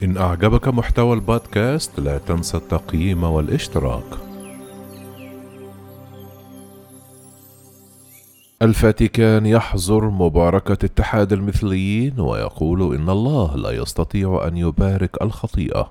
إن أعجبك محتوى البودكاست لا تنسى التقييم والاشتراك. الفاتيكان يحظر مباركة اتحاد المثليين ويقول إن الله لا يستطيع أن يبارك الخطيئة.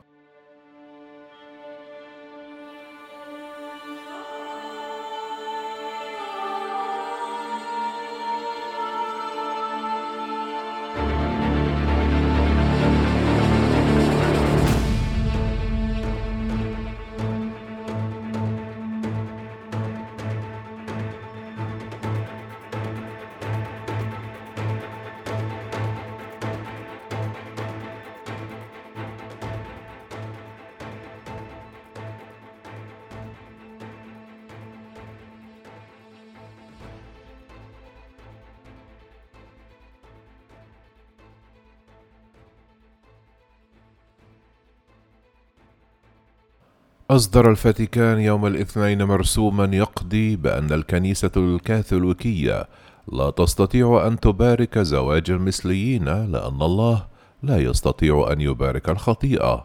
أصدر الفاتيكان يوم الاثنين مرسوما يقضي بأن الكنيسة الكاثوليكية لا تستطيع أن تبارك زواج المثليين لأن الله لا يستطيع أن يبارك الخطيئة.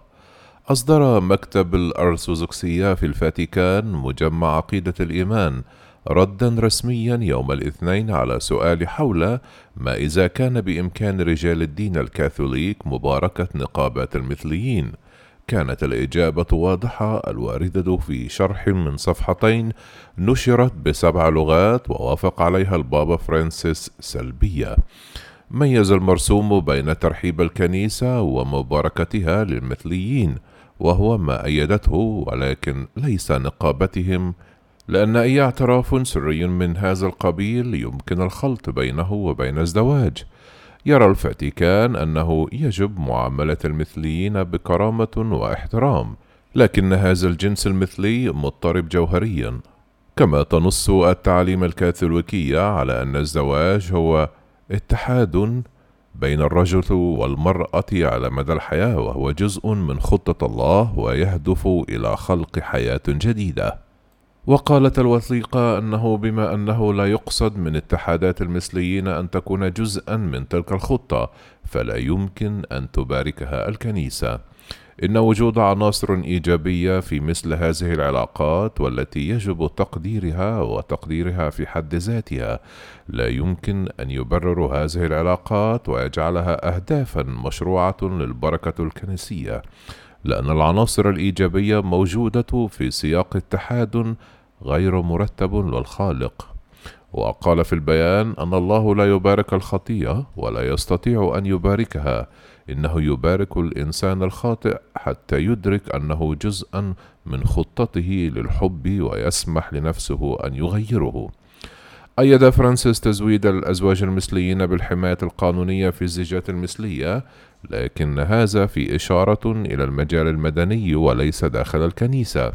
أصدر مكتب الأرثوذكسية في الفاتيكان مجمع عقيدة الإيمان ردا رسميا يوم الاثنين على سؤال حول ما إذا كان بإمكان رجال الدين الكاثوليك مباركة نقابات المثليين. كانت الإجابة واضحة الواردة في شرح من صفحتين نشرت ب7 لغات ووافق عليها البابا فرانسيس سلبية. ميز المرسوم بين ترحيب الكنيسة ومباركتها للمثليين، وهو ما أيدته ولكن ليس نقابتهم، لأن أي اعتراف سري من هذا القبيل يمكن الخلط بينه وبين الزواج. يرى الفاتيكان أنه يجب معاملة المثليين بكرامة واحترام، لكن هذا الجنس المثلي مضطرب جوهريا، كما تنص التعاليم الكاثوليكية على أن الزواج هو اتحاد بين الرجل والمرأة على مدى الحياة، وهو جزء من خطة الله ويهدف إلى خلق حياة جديدة. وقالت الوثيقة أنه بما أنه لا يقصد من اتحادات المثليين أن تكون جزءا من تلك الخطة، فلا يمكن أن تباركها الكنيسة. إن وجود عناصر إيجابية في مثل هذه العلاقات والتي يجب تقديرها في حد ذاتها، لا يمكن أن يبرر هذه العلاقات ويجعلها أهدافا مشروعة للبركة الكنسية، لأن العناصر الإيجابية موجودة في سياق اتحاد غير مرتب للخالق. وقال في البيان أن الله لا يبارك الخطيئة ولا يستطيع أن يباركها، إنه يبارك الإنسان الخاطئ حتى يدرك أنه جزءا من خطته للحب ويسمح لنفسه أن يغيره. أيد فرانسيس تزويد الأزواج المثليين بالحماية القانونية في الزيجات المثلية، لكن هذا في إشارة إلى المجال المدني وليس داخل الكنيسة.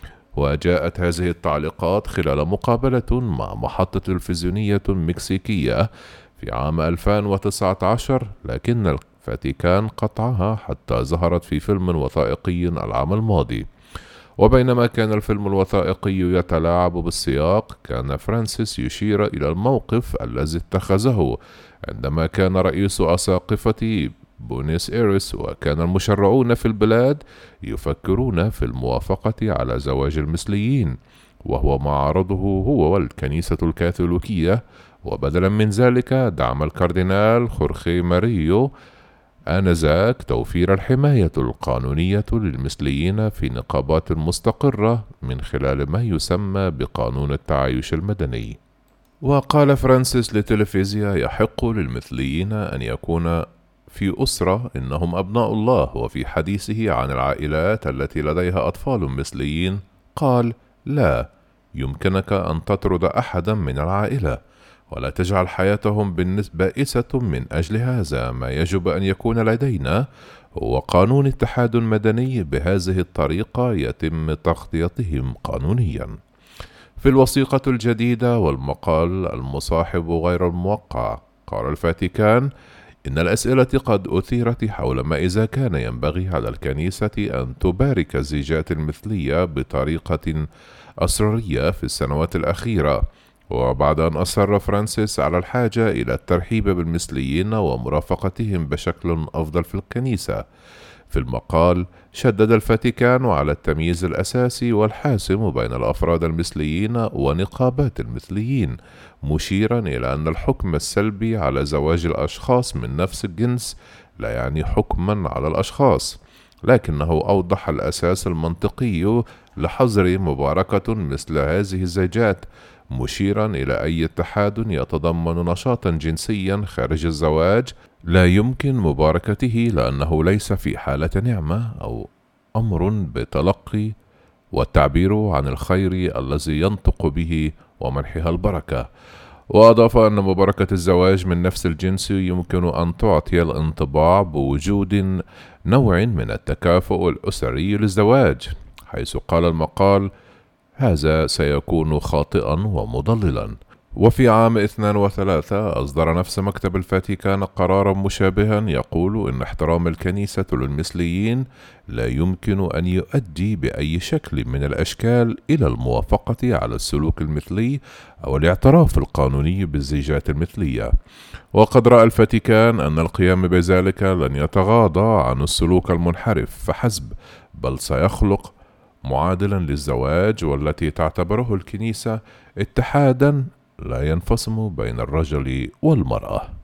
وجاءت هذه التعليقات خلال مقابلة مع محطة تلفزيونية مكسيكية في عام 2019، لكن الفاتيكان قطعها حتى ظهرت في فيلم وثائقي العام الماضي. وبينما كان الفيلم الوثائقي يتلاعب بالسياق، كان فرانسيس يشير إلى الموقف الذي اتخذه عندما كان رئيس أساقفة بونيس إيرس وكان المشرعون في البلاد يفكرون في الموافقة على زواج المثليين، وهو ما عرضه هو والكنيسة الكاثوليكية، وبدلا من ذلك دعم الكاردينال خورخي ماريو آنذاك توفير الحماية القانونية للمثليين في نقابات مستقرة من خلال ما يسمى بقانون التعايش المدني. وقال فرانسيس لتلفزيا: يحق للمثليين أن يكون في أسرة إنهم أبناء الله. وفي حديثه عن العائلات التي لديها أطفال مثليين قال: لا يمكنك أن تطرد أحدا من العائلة ولا تجعل حياتهم بائسة من أجل هذا. ما يجب أن يكون لدينا هو قانون اتحاد مدني، بهذه الطريقة يتم تغطيتهم قانونيا. في الوثيقة الجديدة والمقال المصاحب غير الموقع، قال الفاتيكان إن الأسئلة قد أثيرت حول ما إذا كان ينبغي على الكنيسة أن تبارك الزيجات المثلية بطريقة أسرارية في السنوات الأخيرة. وبعد أن أصر فرانسيس على الحاجة إلى الترحيب بالمثليين ومرافقتهم بشكل أفضل في الكنيسة، في المقال شدد الفاتيكان على التمييز الأساسي والحاسم بين الأفراد المثليين ونقابات المثليين، مشيرا إلى أن الحكم السلبي على زواج الأشخاص من نفس الجنس لا يعني حكما على الأشخاص، لكنه أوضح الأساس المنطقي لحظر مباركة مثل هذه الزيجات، مشيرا إلى أي اتحاد يتضمن نشاطا جنسيا خارج الزواج لا يمكن مباركته لأنه ليس في حالة نعمة أو أمر بتلقي والتعبير عن الخير الذي ينطق به ومنحها البركة. وأضاف أن مباركة الزواج من نفس الجنس يمكن أن تعطي الانطباع بوجود نوع من التكافؤ الأسري للزواج، حيث قال المقال: هذا سيكون خاطئا ومضللا. وفي عام 2003 أصدر نفس مكتب الفاتيكان قرارا مشابها يقول إن احترام الكنيسة للمثليين لا يمكن أن يؤدي بأي شكل من الأشكال إلى الموافقة على السلوك المثلي أو الاعتراف القانوني بالزيجات المثلية. وقد رأى الفاتيكان أن القيام بذلك لن يتغاضى عن السلوك المنحرف فحسب، بل سيخلق معادلا للزواج والتي تعتبره الكنيسة اتحادا لا ينفصم بين الرجل والمرأة.